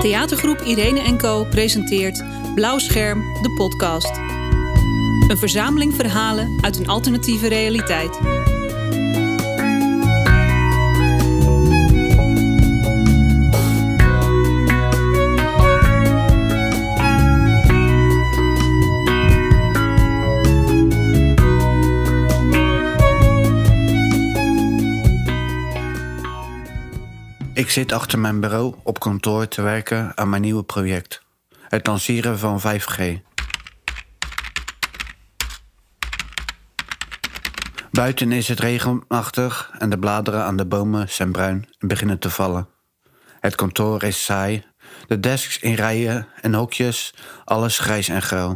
Theatergroep Irene & Co presenteert Blauw Scherm, de podcast. Een verzameling verhalen uit een alternatieve realiteit. Ik zit achter mijn bureau op kantoor te werken aan mijn nieuwe project. Het lanceren van 5G. Buiten is het regenachtig en de bladeren aan de bomen zijn bruin en beginnen te vallen. Het kantoor is saai, de desks in rijen en hokjes, alles grijs en grauw.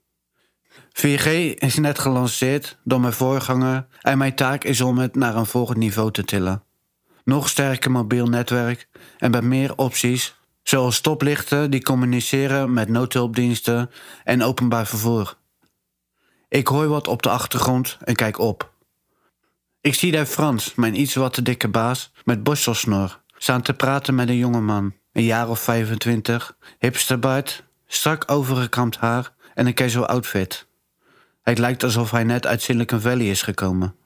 4G is net gelanceerd door mijn voorganger en mijn taak is om het naar een volgend niveau te tillen. Nog sterker mobiel netwerk en met meer opties, zoals stoplichten die communiceren met noodhulpdiensten en openbaar vervoer. Ik hoor wat op de achtergrond en kijk op. Ik zie daar Frans, mijn iets wat te dikke baas, met borstelsnor, staan te praten met een jongeman, een jaar of 25, hipsterbaard, strak overgekamd haar en een casual outfit. Het lijkt alsof hij net uit Silicon Valley is gekomen.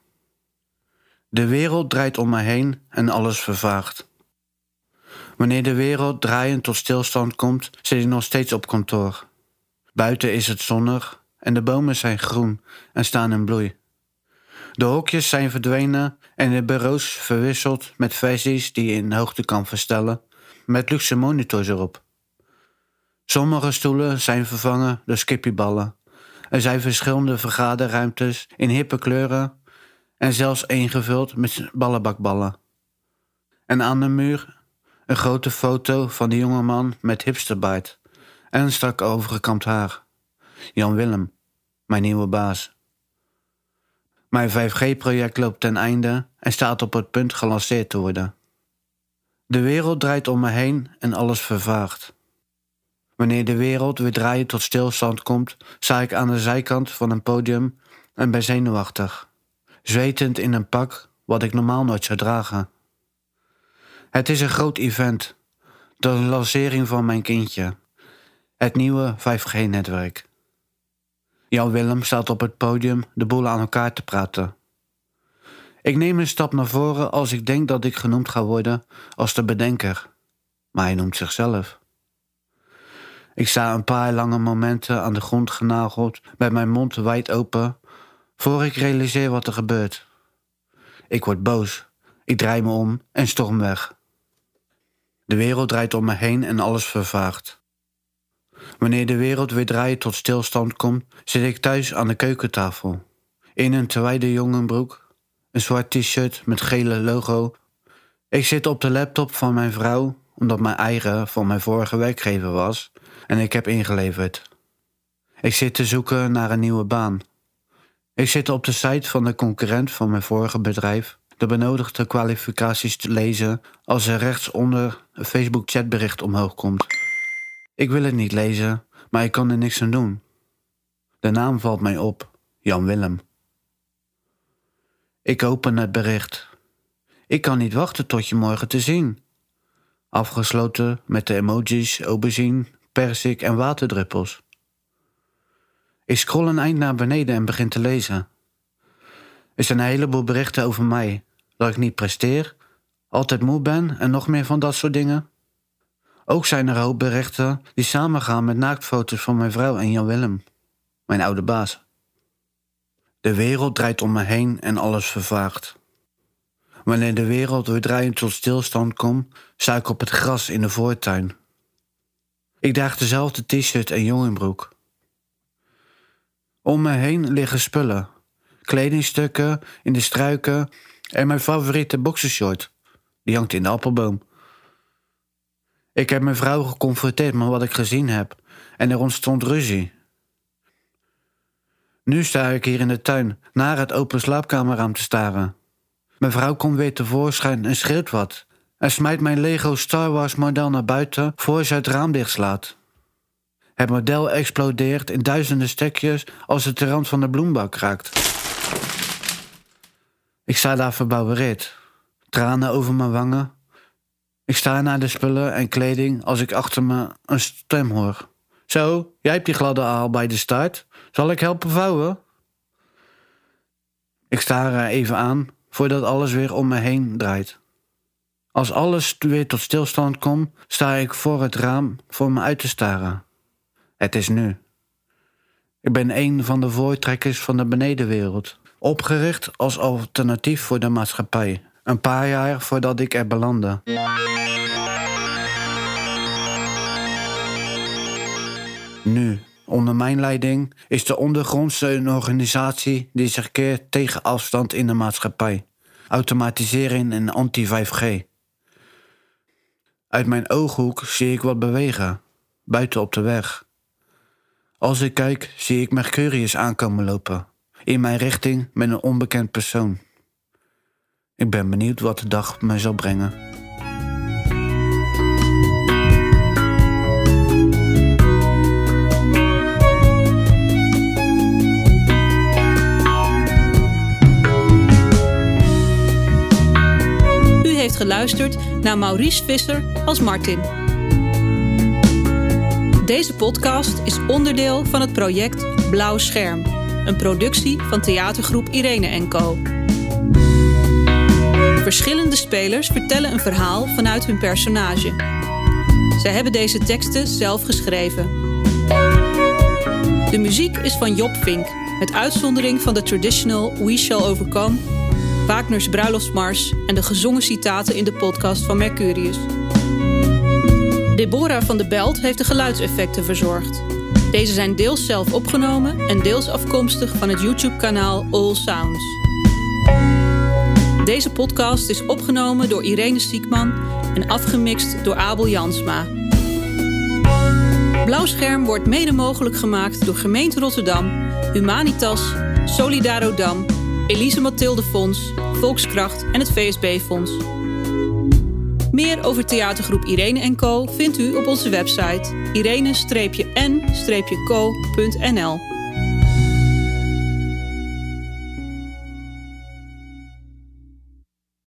De wereld draait om me heen en alles vervaagt. Wanneer de wereld draaiend tot stilstand komt, zit ik nog steeds op kantoor. Buiten is het zonnig en de bomen zijn groen en staan in bloei. De hokjes zijn verdwenen en de bureaus verwisseld met versies die je in hoogte kan verstellen, met luxe monitors erop. Sommige stoelen zijn vervangen door skippieballen. Er zijn verschillende vergaderruimtes in hippe kleuren en zelfs ingevuld met ballenbakballen. En aan de muur een grote foto van de jongeman met hipsterbaard en een strak overgekamd haar. Jan Willem, mijn nieuwe baas. Mijn 5G-project loopt ten einde en staat op het punt gelanceerd te worden. De wereld draait om me heen en alles vervaagt. Wanneer de wereld weer draaien tot stilstand komt, sta ik aan de zijkant van een podium en ben zenuwachtig, zwetend in een pak wat ik normaal nooit zou dragen. Het is een groot event, de lancering van mijn kindje, het nieuwe 5G-netwerk. Jan Willem staat op het podium de boel aan elkaar te praten. Ik neem een stap naar voren als ik denk dat ik genoemd ga worden als de bedenker, maar hij noemt zichzelf. Ik sta een paar lange momenten aan de grond genageld met mijn mond wijd open, voor ik realiseer wat er gebeurt. Ik word boos, ik draai me om en storm weg. De wereld draait om me heen en alles vervaagt. Wanneer de wereld weer draaien tot stilstand komt, zit ik thuis aan de keukentafel. In een te wijde jongenbroek, een zwart t-shirt met gele logo. Ik zit op de laptop van mijn vrouw, omdat mijn eigen van mijn vorige werkgever was, en ik heb ingeleverd. Ik zit te zoeken naar een nieuwe baan. Ik zit op de site van de concurrent van mijn vorige bedrijf de benodigde kwalificaties te lezen als er rechtsonder een Facebook chatbericht omhoog komt. Ik wil het niet lezen, maar ik kan er niks aan doen. De naam valt mij op, Jan Willem. Ik open het bericht. Ik kan niet wachten tot je morgen te zien. Afgesloten met de emojis, aubergine, persik en waterdruppels. Ik scroll een eind naar beneden en begin te lezen. Er zijn een heleboel berichten over mij. Dat ik niet presteer, altijd moe ben en nog meer van dat soort dingen. Ook zijn er een hoop berichten die samengaan met naaktfoto's van mijn vrouw en Jan Willem, mijn oude baas. De wereld draait om me heen en alles vervaagt. Wanneer de wereld weer draaiend tot stilstand komt, sta ik op het gras in de voortuin. Ik draag dezelfde t-shirt en jongenbroek. Om me heen liggen spullen, kledingstukken in de struiken en mijn favoriete boxershort, die hangt in de appelboom. Ik heb mijn vrouw geconfronteerd met wat ik gezien heb en er ontstond ruzie. Nu sta ik hier in de tuin naar het open slaapkamerraam te staren. Mijn vrouw komt weer tevoorschijn en schreeuwt wat en smijt mijn Lego Star Wars model naar buiten voor ze het raam dichtslaat. Het model explodeert in duizenden stukjes als het de rand van de bloembak raakt. Ik sta daar verbouwereerd, tranen over mijn wangen Ik sta naar de spullen en kleding als ik achter me een stem hoor. Zo, jij hebt die gladde aal bij de staart. Zal ik helpen vouwen? Ik sta er even aan voordat alles weer om me heen draait. Als alles weer tot stilstand komt, sta ik voor het raam voor me uit te staren. Het is nu. Ik ben een van de voortrekkers van de benedenwereld. Opgericht als alternatief voor de maatschappij. Een paar jaar voordat ik er belandde. Nu, onder mijn leiding, is de ondergrondse een organisatie die zich keert tegen afstand in de maatschappij. Automatisering en anti-5G. Uit mijn ooghoek zie ik wat bewegen, buiten op de weg. Als ik kijk, zie ik Mercurius aankomen lopen. In mijn richting met een onbekend persoon. Ik ben benieuwd wat de dag mij zal brengen. U heeft geluisterd naar Maurice Visser als Martin. Deze podcast is onderdeel van het project Blauw Scherm, een productie van theatergroep Irene & Co. Verschillende spelers vertellen een verhaal vanuit hun personage. Zij hebben deze teksten zelf geschreven. De muziek is van Job Fink, met uitzondering van de traditional We Shall Overcome, Wagner's Bruiloftsmars en de gezongen citaten in de podcast van Mercurius. Deborah van de Belt heeft de geluidseffecten verzorgd. Deze zijn deels zelf opgenomen en deels afkomstig van het YouTube-kanaal All Sounds. Deze podcast is opgenomen door Irene Siekman en afgemixt door Abel Jansma. Blauw Scherm wordt mede mogelijk gemaakt door Gemeente Rotterdam, Humanitas, Solidarodam, Elise Mathilde Fonds, Volkskracht en het VSB-fonds. Meer over theatergroep Irene & Co vindt u op onze website irene-n-co.nl.